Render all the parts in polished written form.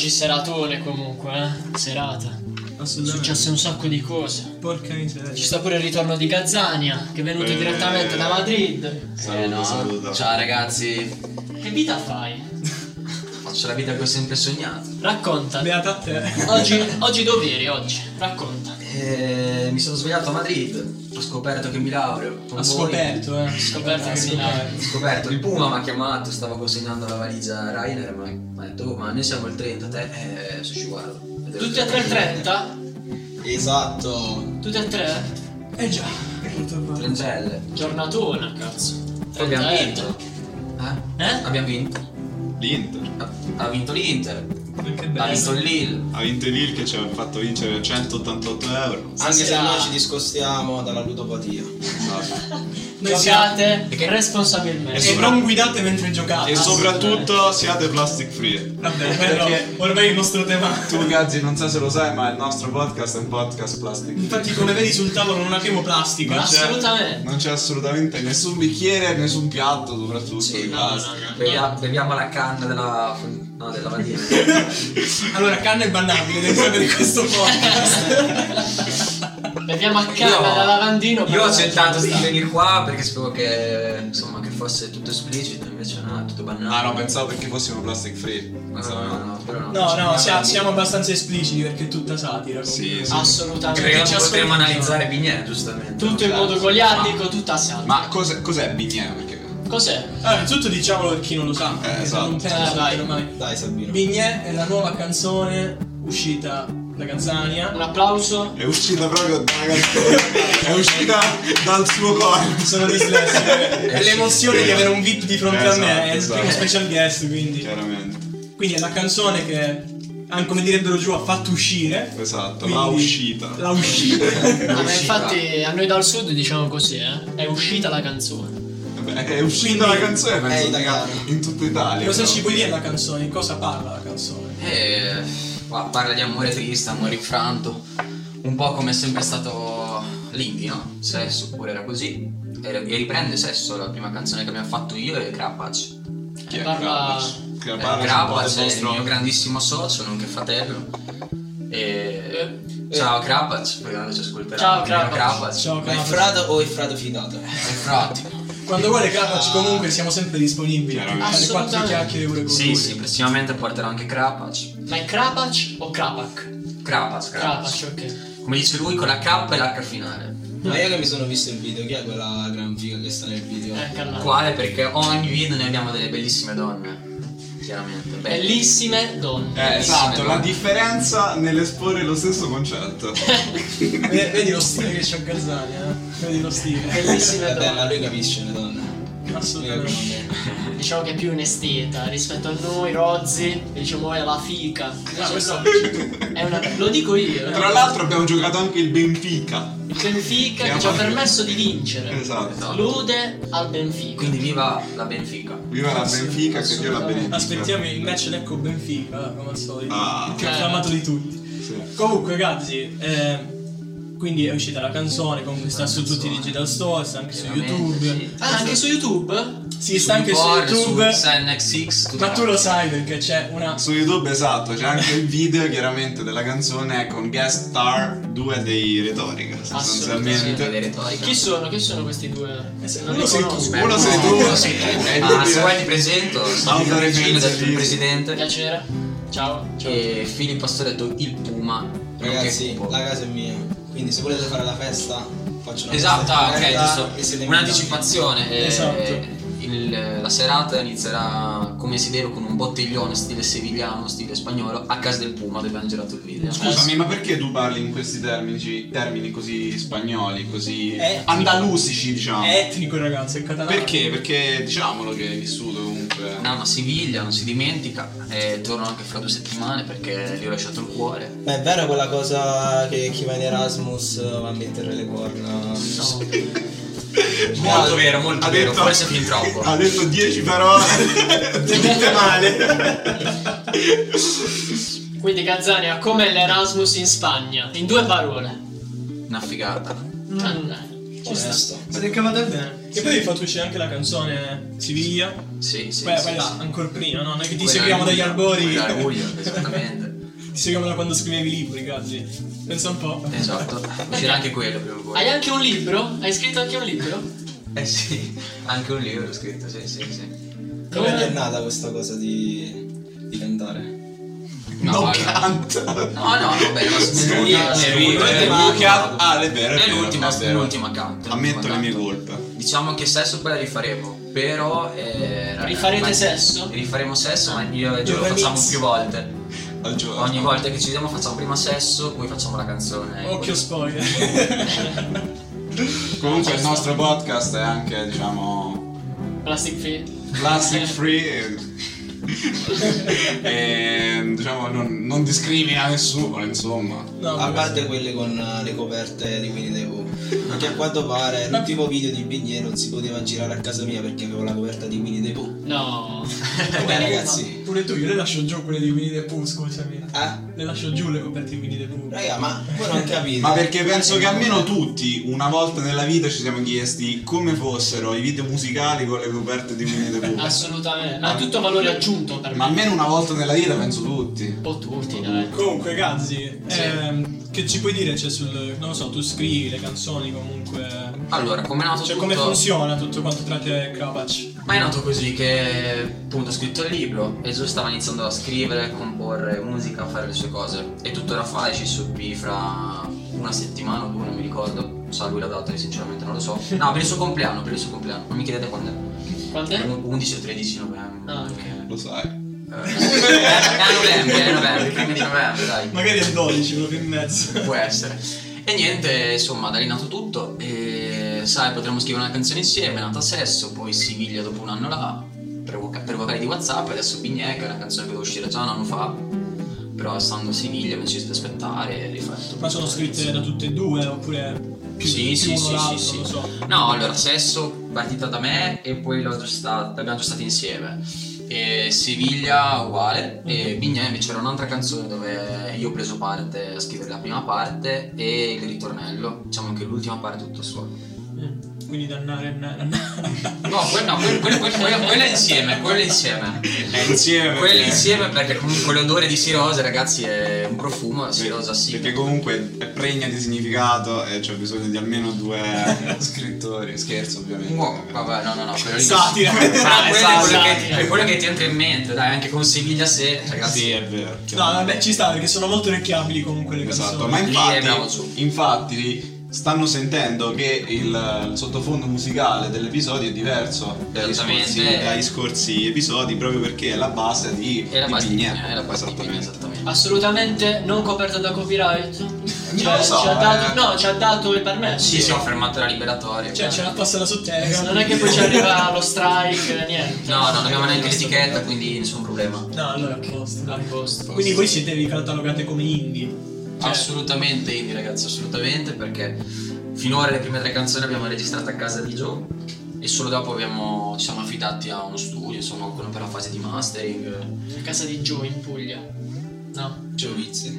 Oggi seratone comunque, serata. È successo un sacco di cose. Porca miseria. Ci sta pure il ritorno di Gazzania, che è venuto direttamente da Madrid. Saluto. Ciao ragazzi. Che vita fai? Faccio la vita che ho sempre sognato. Racconta. Beata a te. Oggi dove eri oggi? Racconta. Mi sono svegliato a Madrid. Ho scoperto che mi laureo. Ha scoperto, Scoperto che mi Ho scoperto. Il Puma mi ha chiamato, stavo consegnando la valigia Ryanair, ma mi ha detto: oh, ma noi siamo il 30, te? Se ci guardo. Tutti a 3:30? Esatto. Tutti a 3? Già. Trenzelle. Giornatona, cazzo. Abbiamo 30 vinto. Eh? Abbiamo vinto. L'Inter. Ha vinto l'Inter. Che Ha bello. vinto il Lille. Ha vinto il Lille che ci ha fatto vincere 188 euro. Anche se Stasera- noi ci discostiamo dalla ludopatia. Noi siamo... Giocate Perché- responsabilmente. E non guidate mentre giocate. E soprattutto siate plastic free. Vabbè, quello ormai è il nostro tema. Tu Gazzi, non so se lo sai, ma il nostro podcast è un podcast plastic free. Infatti, come vedi sul tavolo non avevo plastica. Non c'è- Assolutamente. Non c'è assolutamente nessun bicchiere, nessun piatto, soprattutto. Sì, di no, plastica. Beviamo la canna della lavandina. Allora, canna è bannabile, devi sapere questo podcast. Beviamo a canna da lavandino. Io ho però- cercato di venire qua perché sapevo che insomma che fosse tutto esplicito, invece no, è tutto banale. Ah no, pensavo perché fossimo plastic free. No, però no. No, siamo abbastanza espliciti perché è tutta satira. Sì, sì. Assolutamente. Credo ci che potremmo ascoltiamo. analizzare Bignè, giustamente. Tutto in modo goliardico, tutta satira. Ma cos'è Bignè? Perché... Cos'è? Allora, innanzitutto diciamolo per chi non lo sa. perché esatto. Non penso Vai. sappiano mai. Dai Sabino. Bignè è la nuova canzone uscita da Gazzania. Un applauso. È uscita proprio dalla canzone. È uscita dal suo corpo. Sono dislessico. È l'emozione di avere un VIP di fronte a me. È il Esatto. primo special guest, quindi. Chiaramente. Quindi è la canzone che, anche come direbbero giù, ha fatto uscire. Esatto, Quindi- la uscita. La uscita. Ma infatti a noi dal sud diciamo così, È uscita la canzone. Vabbè, è uscita Quindi- la canzone, penso È dica italiano. in tutta Italia. Cosa però. ci puoi dire la canzone? Di cosa parla la canzone? Parla di amore triste, amore infranto. Un po' come è sempre stato l'indie, no? Sesso pure era così. E riprende Sesso, la prima canzone che abbiamo fatto io è Krapac. Chi è Parla- Krapac? Krapac è il mio grandissimo socio, nonché fratello. Ciao Krapac, poi quando ci ascolterà. Ciao, Krapac. Ciao, Ma il Krapac. frato o il frato fidato? È frate. Quando vuole Krapac comunque siamo sempre disponibili. Chiaramente. Alle quattro Assolutamente. chiacchiere pure con Sì, lui. sì, prossimamente porterò anche Krapac. Ma è Krapac o Krapac? Krapac. Krapac, ok. Come dice lui, con la K e l'H finale. Ma io che mi sono visto il video, chi è quella gran figa che sta nel video? Callate. Quale? Perché ogni video noi abbiamo delle bellissime donne. Chiaramente. belle. Bellissime donne. Esatto, Bellissime la donne. differenza nell'esporre lo stesso concetto. Vedi lo stile che c'ha Gazzania, Vedi lo stile. Bellissime Vabbè, ma donne. lui capisce le donne. Assolutamente. Diciamo che è più un esteta rispetto a noi, Rozzi, diciamo è la fica. Ah, questo È una... Lo dico io. Tra l'altro abbiamo giocato anche il Benfica. Il Benfica che ci ha permesso di vincere. Esatto. Lode al Benfica. Quindi viva la Benfica. Viva la Benfica, che Dio la benedica. aspettiamo il match Lecco Benfica, come al solito. Ah. Il più acclamato di tutti. Sì. Comunque, ragazzi, quindi è uscita la canzone, comunque sta su tutti i digital store, sta anche su YouTube. Sì. Ah, anche su YouTube? Sì, sta anche su YouPorn, YouTube. su SNXX, tutto Ma tu lo sai perché c'è una. Su YouTube, esatto, c'è anche il video chiaramente della canzone con guest star, due dei Retorica Sì, sostanzialmente. delle retoriche. Chi sono? Chi sono questi due? Non uno li sei tu. conosco. Uno sei tu. Uno sei tu. E Ah, lui se dirà- vuoi ti presento, sono il Allora, regino del sì. presidente Piacere. Ciao. Ciao. e Filippo Storetto il Puma. Ragazzi, nonché Cupo. la casa è mia. Quindi se volete fare la festa, faccio una Esatto, festa ok, diretta giusto. e siete invitati. Un'anticipazione. Esatto. La serata inizierà come si deve con un bottiglione stile sevigliano, stile spagnolo, a casa del Puma dove hanno girato il video. Scusami, ma perché tu parli in questi termini così spagnoli, così andalusici, diciamo? È etnico, ragazzi, è catalano. Perché? Perché diciamolo che hai vissuto comunque. No, ma Siviglia non si dimentica e torno anche fra 2 settimane perché gli ho lasciato il cuore. Ma è vero quella cosa che chi va in Erasmus va a mettere le corna? No. Molto vero, molto Ha vero, detto- forse fin troppo. Ha detto 10 parole. Dite male. Quindi Gazzania, com'è l'Erasmus in Spagna? In 2 parole. Una figata. Mm. Onesto. Siete cavate bene. E poi vi fate uscire anche la canzone Siviglia. Sì. Quella ancora prima, no? Non è che ti seguiamo dagli albori. Da luglio, esattamente. Ti seguiamo da quando scrivevi i libri, cazzi. Pensa un po'. Esatto. Uscirà anche quello prima o poi. Hai anche un libro? Hai scritto anche un libro? Eh sì, anche un libro scritto, sì. Come ti è nata questa cosa di cantare? Non canta. No, beh, ma È vero. è l'ultima canto. Ammetto le mie colpe. Diciamo che sesso poi la rifaremo, però Rifarete sesso? Rifaremo sesso, ma io e Gio lo facciamo più volte. Al giorno. Ogni volta che ci vediamo facciamo prima sesso, poi facciamo la canzone. Occhio spoiler. Comunque il nostro podcast è anche, diciamo, Plastic free e diciamo non discrimina nessuno, insomma. No, A parte quelle con le coperte di Winnie the Pooh. Perché a quanto pare l'ultimo video di Bignè non si poteva girare a casa mia perché avevo la coperta di Winnie the Pooh. No. Beh ragazzi. Pure tu, io le lascio giù quelle di Winnie the Pooh, scusami. Eh? Le lascio giù le coperte di Winnie the Pooh. Raga, ma voi non capite. Ma perché penso che almeno tutti una volta nella vita ci siamo chiesti come fossero i video musicali con le coperte di Winnie the Pooh. Assolutamente. Ha tutto valore aggiunto per Ma me. almeno una volta nella vita penso tutti. Un po' tutti, dai. Comunque, Gazzi, che ci puoi dire? Cioè, non lo so, tu scrivi le canzoni comunque. Allora, come è nato Cioè, tutto? come funziona tutto quanto tra te e Krapac? Ma è nato così che appunto ho scritto il libro e Gio stava iniziando a scrivere, comporre musica, fare le sue cose. E tuttora fa e ci subì fra una settimana o due, non mi ricordo. Sa lui la data, io sinceramente non lo so. No, per il suo compleanno, non mi chiedete quando è. Quando è? 11 o 13 novembre. Ah, ok. Lo sai. È novembre, primi di novembre, dai. Magari è il 12, proprio in mezzo. Può essere. E niente, insomma, da lì è nato tutto. E sai, potremmo scrivere una canzone insieme, è nata Sesso, poi Siviglia dopo un anno là, per vocali di WhatsApp, adesso Bignè, che è una canzone che doveva uscire già un anno fa. Però stando a Siviglia mi ho deciso di aspettare e rifare tutto. Ma sono scritte da tutte e due oppure più Sì, uno l'altro, non lo so. No, allora Sesso partita da me e poi l'abbiamo già stata insieme. E Siviglia uguale e Bignè invece era un'altra canzone dove io ho preso parte a scrivere la prima parte e il ritornello, diciamo che l'ultima parte è tutta sua. Quindi dannare. No, quello è insieme, quello è insieme. È insieme. Quello è insieme perché comunque l'odore di Sirosa, ragazzi, è un profumo, Sirosa sì. Perché comunque è pregna di significato e c'è bisogno di almeno 2 scrittori. Scherzo, ovviamente. Vabbè, no, quello lì. Satira. È quello che ti entra in mente, dai, anche con Siviglia se, ragazzi. Sì, è vero. No, vabbè, ci sta perché sono molto orecchiabili comunque le canzoni. Esatto, ma Lì è bravo su. infatti stanno sentendo che il sottofondo musicale dell'episodio è diverso dagli scorsi episodi proprio perché è la base di Bignè. È la base di Bignè, esattamente. Assolutamente non coperta da copyright. Non lo so, ci ha dato il permesso. Sì, ho fermato la liberatoria. Cioè, ce la passa da sotterra. Non è che poi ci arriva lo strike, niente. No, non abbiamo neanche l'etichetta, quindi nessun problema. No, allora a posto. A posto. Quindi voi siete ricatalogate come indie. Cioè, Assolutamente indie, ragazzi, assolutamente, perché finora le prime 3 canzoni abbiamo registrato a casa di Joe e solo dopo ci siamo affidati a uno studio, insomma, quello per la fase di mastering. A casa di Joe in Puglia. No. Giovizzi.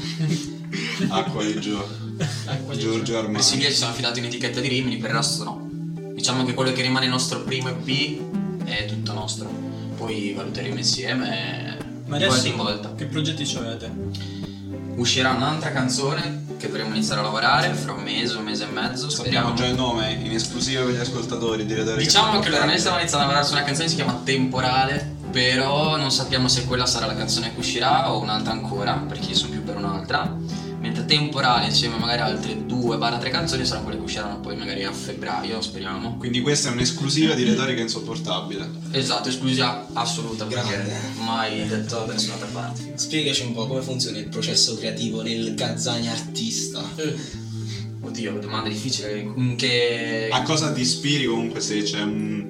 Acqua di Giorgio Per Armani. Siviglia ci siamo affidati un'etichetta di Rimini, per il resto no. Diciamo che quello che rimane il nostro primo EP è tutto nostro. Poi valuteremo insieme ma di adesso volta in volta. che progetti avete? Uscirà un'altra canzone che dovremo iniziare a lavorare fra un mese e mezzo. Sappiamo Speriamo. già il nome in esclusiva per gli ascoltatori. Diciamo che noi stiamo iniziando a lavorare su una canzone che si chiama Temporale, però non sappiamo se quella sarà la canzone che uscirà o un'altra ancora, perché io sono più per un'altra. Mentre Temporale insieme magari a altre 2-3 canzoni saranno quelle che usciranno poi magari a febbraio, speriamo. Quindi questa è un'esclusiva di retorica insopportabile. Esatto, esclusiva assoluta, perché Grande. mai detto da nessun'altra parte. Spiegaci un po' come funziona il processo creativo nel Gazzania artista. Oddio, domanda difficile. Che A cosa ti ispiri comunque se c'è un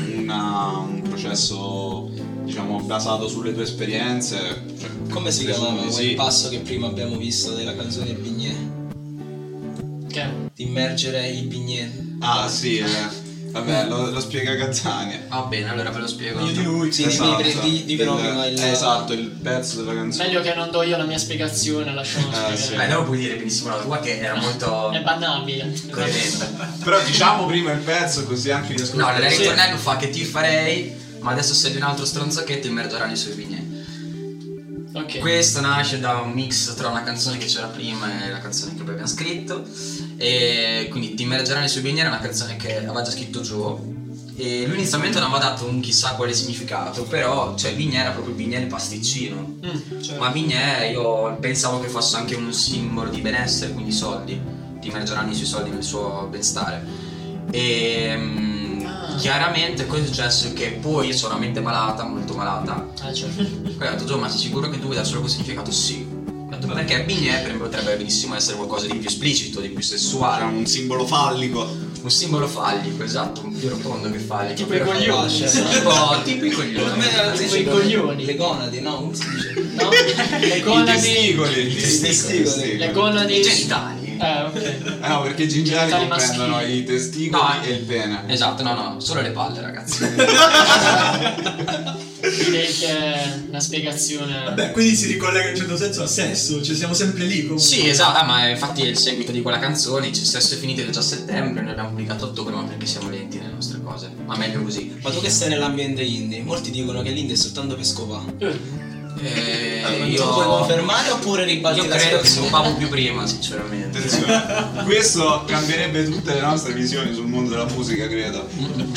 processo, diciamo, basato sulle tue esperienze? Cioè, Come si presumo chiamava di quel sì. passo che prima abbiamo visto della canzone Bignè? Che? Di immergere il Bignè. Ah sì, Vabbè, lo spiega Gazzania. Va bene, allora ve lo spiego. Io di lui. Sì, Esatto, di però prima il... esatto, il pezzo della canzone. Meglio che non do io la mia spiegazione, lasciamo spiegare. Dopo puoi dire benissimo la tua che era molto È bannabile. coerente. Però diciamo prima il pezzo così anche gli No, ascoltatori. il ritornello fa che ti farei, ma adesso sei di un altro stronzachetto immergeranno i suoi vigneti. Ok. Questo nasce da un mix tra una canzone che c'era prima e la canzone che poi abbiamo scritto. E quindi Ti immergeranno i suoi vigneti è una canzone che aveva già scritto Joe. E lui inizialmente non aveva dato un chissà quale significato, però cioè Vignè era proprio il Vignè il pasticcino. Cioè, Ma Vignè io pensavo che fosse anche un simbolo di benessere, quindi soldi. Ti immergeranno i suoi soldi nel suo benestare. E chiaramente cosa è successo? Che poi io sono una mente malata, molto malata. Certo. Poi ho detto Gio, ma sei sicuro che tu vuoi dare solo quel significato? Sì. Ho detto, perché Vignè potrebbe benissimo essere qualcosa di più esplicito, di più sessuale. C'è un simbolo fallico. Un simbolo fallico, esatto, un più rotondo che fallico. Tipo i coglioni. Tipo i coglioni. Tipo i coglioni. Le gonadi, no? Come si dice? No? Le gonadi. I testicoli. Le gonadi. I genitali. Ok. No, perché i gingilali Genitali comprendono maschili. i testicoli No, e il pene. Esatto, no, solo le palle, ragazzi. Direi che è una spiegazione. Vabbè, quindi si ricollega in un certo senso al sesso, cioè siamo sempre lì comunque. Sì, esatto, ma infatti è il seguito di quella canzone, il sesso è finito già a settembre, noi abbiamo pubblicato a ottobre, ma perché siamo lenti nelle nostre cose. Ma meglio così. Ma tu che stai nell'ambiente indie, molti dicono che l'indie è soltanto per scopare. Tu lo puoi confermare oppure ribalti Io la credo che situazione? scopavo più prima, sinceramente. Attenzione, questo cambierebbe tutte le nostre visioni sul mondo della musica, credo.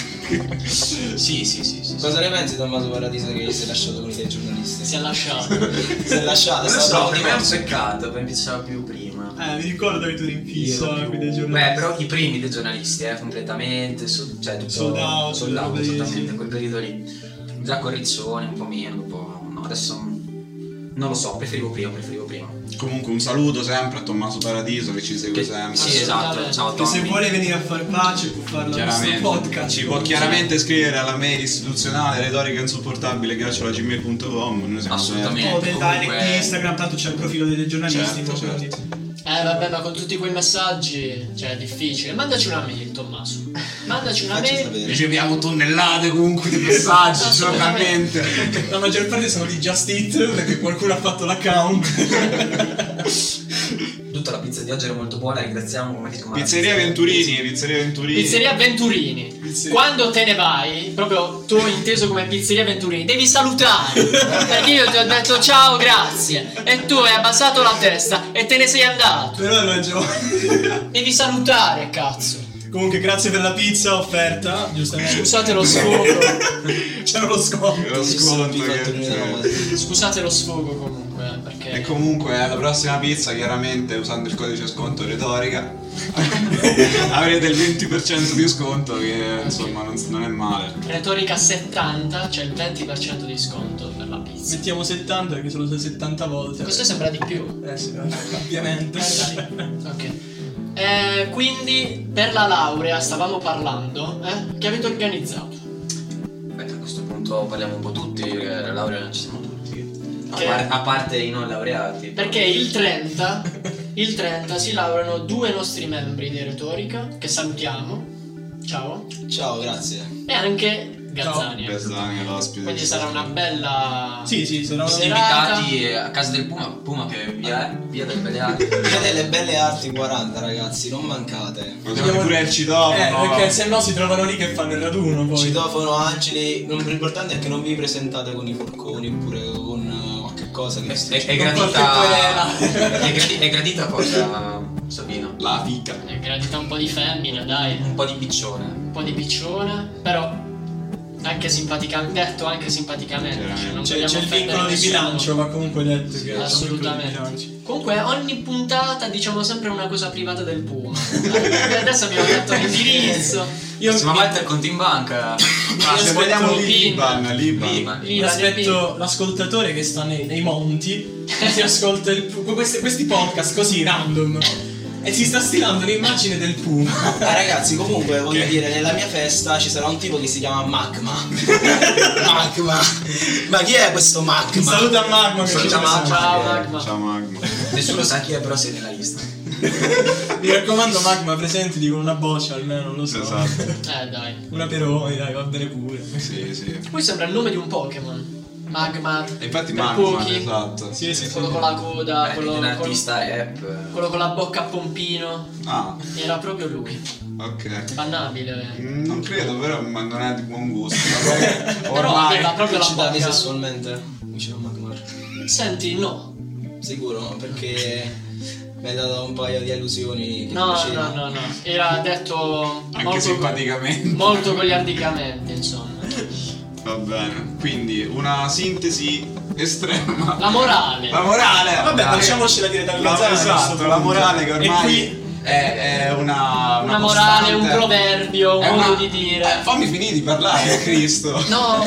Sì. Cosa ne pensi Tommaso Paradiso che si è lasciato con i telegiornalisti? Si è lasciato. Si è lasciato, è Non stato so, per me è un diverso. peccato, per me piaceva più prima. Mi ricordo che tu eri in fissa Io- qui dei giornali. Beh, però i primi dei giornalisti, completamente, cioè tutto Sold out, esattamente, sì. quel periodo lì. Già con Riccione, un po' meno, un po'. No, adesso non lo so, preferivo prima. Comunque un saluto sempre a Tommaso Paradiso che ci segue Che- sempre. sì, esatto, ciao Che se Tommy. vuole venire a far pace può farlo nel nostro Chiaramente. podcast. Ci può chiaramente scrivere alla mail istituzionale retoricainsopportabile@gmail.com. Noi siamo Assolutamente. O del Comunque- direct Instagram, tanto c'è il profilo dei giornalisti. Certo, quindi- Vabbè, ma con tutti quei messaggi, cioè è difficile. Mandaci una mail, Tommaso. Mandaci una Facci mail. sapere. Riceviamo tonnellate comunque di messaggi giornalmente. La maggior parte sono di Just Eat perché qualcuno ha fatto l'account. Tutta la pizza di oggi era molto buona, ringraziamo come dico. Pizzeria Venturini. Pizzeria Venturini. Quando te ne vai, proprio tu inteso come Pizzeria Venturini, devi salutare. Perché io ti ho detto ciao, grazie. E tu hai abbassato la testa e te ne sei andato. Però hai ragione. Devi salutare, cazzo. Comunque grazie per la pizza offerta, giustamente. Scusate lo sfogo. C'era lo scopo. Lo sconto Ti ho fatto venire la che... madre. Scusate lo sfogo comunque, perché E comunque alla prossima pizza, chiaramente usando il codice sconto retorica, avrete il 20% di sconto che insomma non è male. retorica 70, c'è il 20% di sconto per la pizza. Mettiamo 70 perché sono 70 volte. Questo sembra di più. Sì, ovviamente. Ok. Quindi per la laurea stavamo parlando, che avete organizzato? Beh, a questo punto parliamo un po' tutti, perché la laurea non ci siamo tutti. Che- A parte i non laureati. Perché il 30 si laureano 2 nostri membri di retorica, che salutiamo. Ciao. Ciao, grazie. E anche Gazzania. Gazzania, l'ospite. Quindi sarà una bella... Sì, sono Siete invitati a casa del Puma che via delle belle arti. Vedete le belle arti 40 ragazzi, non mancate. Potremmo pure il citofono. perché se no si trovano lì che fanno il raduno poi. Citofono, angeli, l'importante è che non vi presentate con i forconi oppure con qualche cosa che È gradita cosa, Sabino? La fica. È gradita un po' di femmina, dai. Un po' di piccione. Un po' di piccione, però anche simpaticamente, detto anche simpaticamente. Cioè, non C'è vogliamo il offendere vincolo di nessuno. bilancio, va comunque detto che c'è un Assolutamente. vincolo di bilancio. Comunque ogni puntata diciamo sempre una cosa privata del Puma. Adesso abbiamo detto l'indirizzo. Ma Walter conti in banca. Se vogliamo Pin. l'Iban. Lì Aspetto l'ascoltatore che sta nei monti e si ascolta questi podcast così random e si sta stilando l'immagine del Puma. ragazzi, comunque voglio dire, nella mia festa ci sarà un tipo che si chiama Magma. Magma. Ma chi è questo Magma? Un saluto a Magma che Saluto ci a Magma. Ciao Magma. Ciao Magma. Nessuno sa chi è, però sei nella lista. Mi raccomando, Magma, presentati con una boccia almeno, non lo so. Esatto. Dai. Una peroni, dai, va bene pure. Sì. Poi sembra il nome di un Pokémon. Magmar. E infatti per Magma, pochi. esatto. Sì. Quello con la coda, quello un artista rap. quello con la bocca a pompino. Ah, Era proprio lui. ok. Bannabile. Non credo, però ma non è di buon gusto. Però Ormai. aveva proprio la Eccitavi bocca. sessualmente? Diceva Magmar. Senti, no. Sicuro, perché mi hai dato un paio di allusioni. No. Era detto Anche simpaticamente. molto goliardicamente, insomma. Va bene. Quindi una sintesi estrema. La morale. La morale. Vabbè, dai. facciamoci la dieta Gazzani. Esatto, la morale che E ormai qui è una morale, costante. un proverbio, È un modo una- di dire. Fammi finire di parlare, Cristo. No.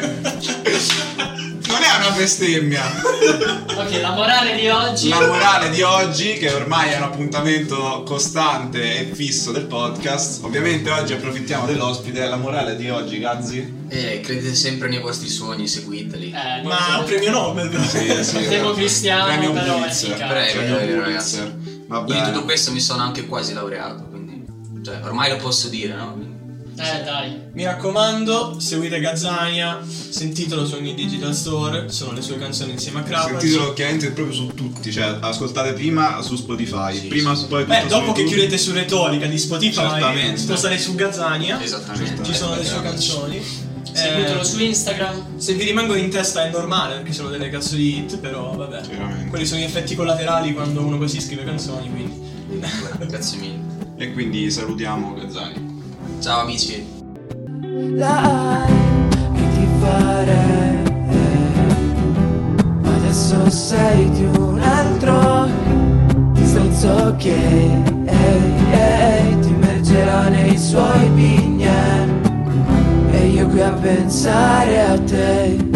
Non è una bestemmia. Ok, la morale di oggi. La morale di oggi, che ormai è un appuntamento costante e fisso del podcast. Ovviamente oggi approfittiamo dell'ospite. La morale di oggi, Gazzi? Credete sempre nei vostri sogni, seguiteli. Ma un premio Nobel. Sì. Democristiano, Premio però Pulitzer. efficace. Prego, Premio ragazzi. Pulitzer. Va Io di bene. tutto questo mi sono anche quasi laureato, quindi cioè ormai lo posso dire, no? Quindi, Dai. Mi raccomando, seguite Gazzania, sentitelo su ogni digital store, sono le sue canzoni insieme a Krapas. Sentitelo chiaramente proprio su tutti, cioè ascoltate prima su Spotify, Sì, prima sì. poi tutto Beh, su dopo che YouTube. chiudete su Retorica di Spotify, Certamente. spostate su Gazzania, esattamente. ci sono le sue canzoni. Seguitelo su Instagram. Se vi rimangono in testa è normale perché sono delle cazzo di hit, però vabbè. Sicuramente. Quelli sono gli effetti collaterali quando uno così scrive canzoni, quindi. Grazie mille. E quindi salutiamo Gazzani. Ciao amici. Dai, che ti farei? Adesso sei di un altro stronzo che ti immergerà nei suoi bignè. E io qui a pensare a te.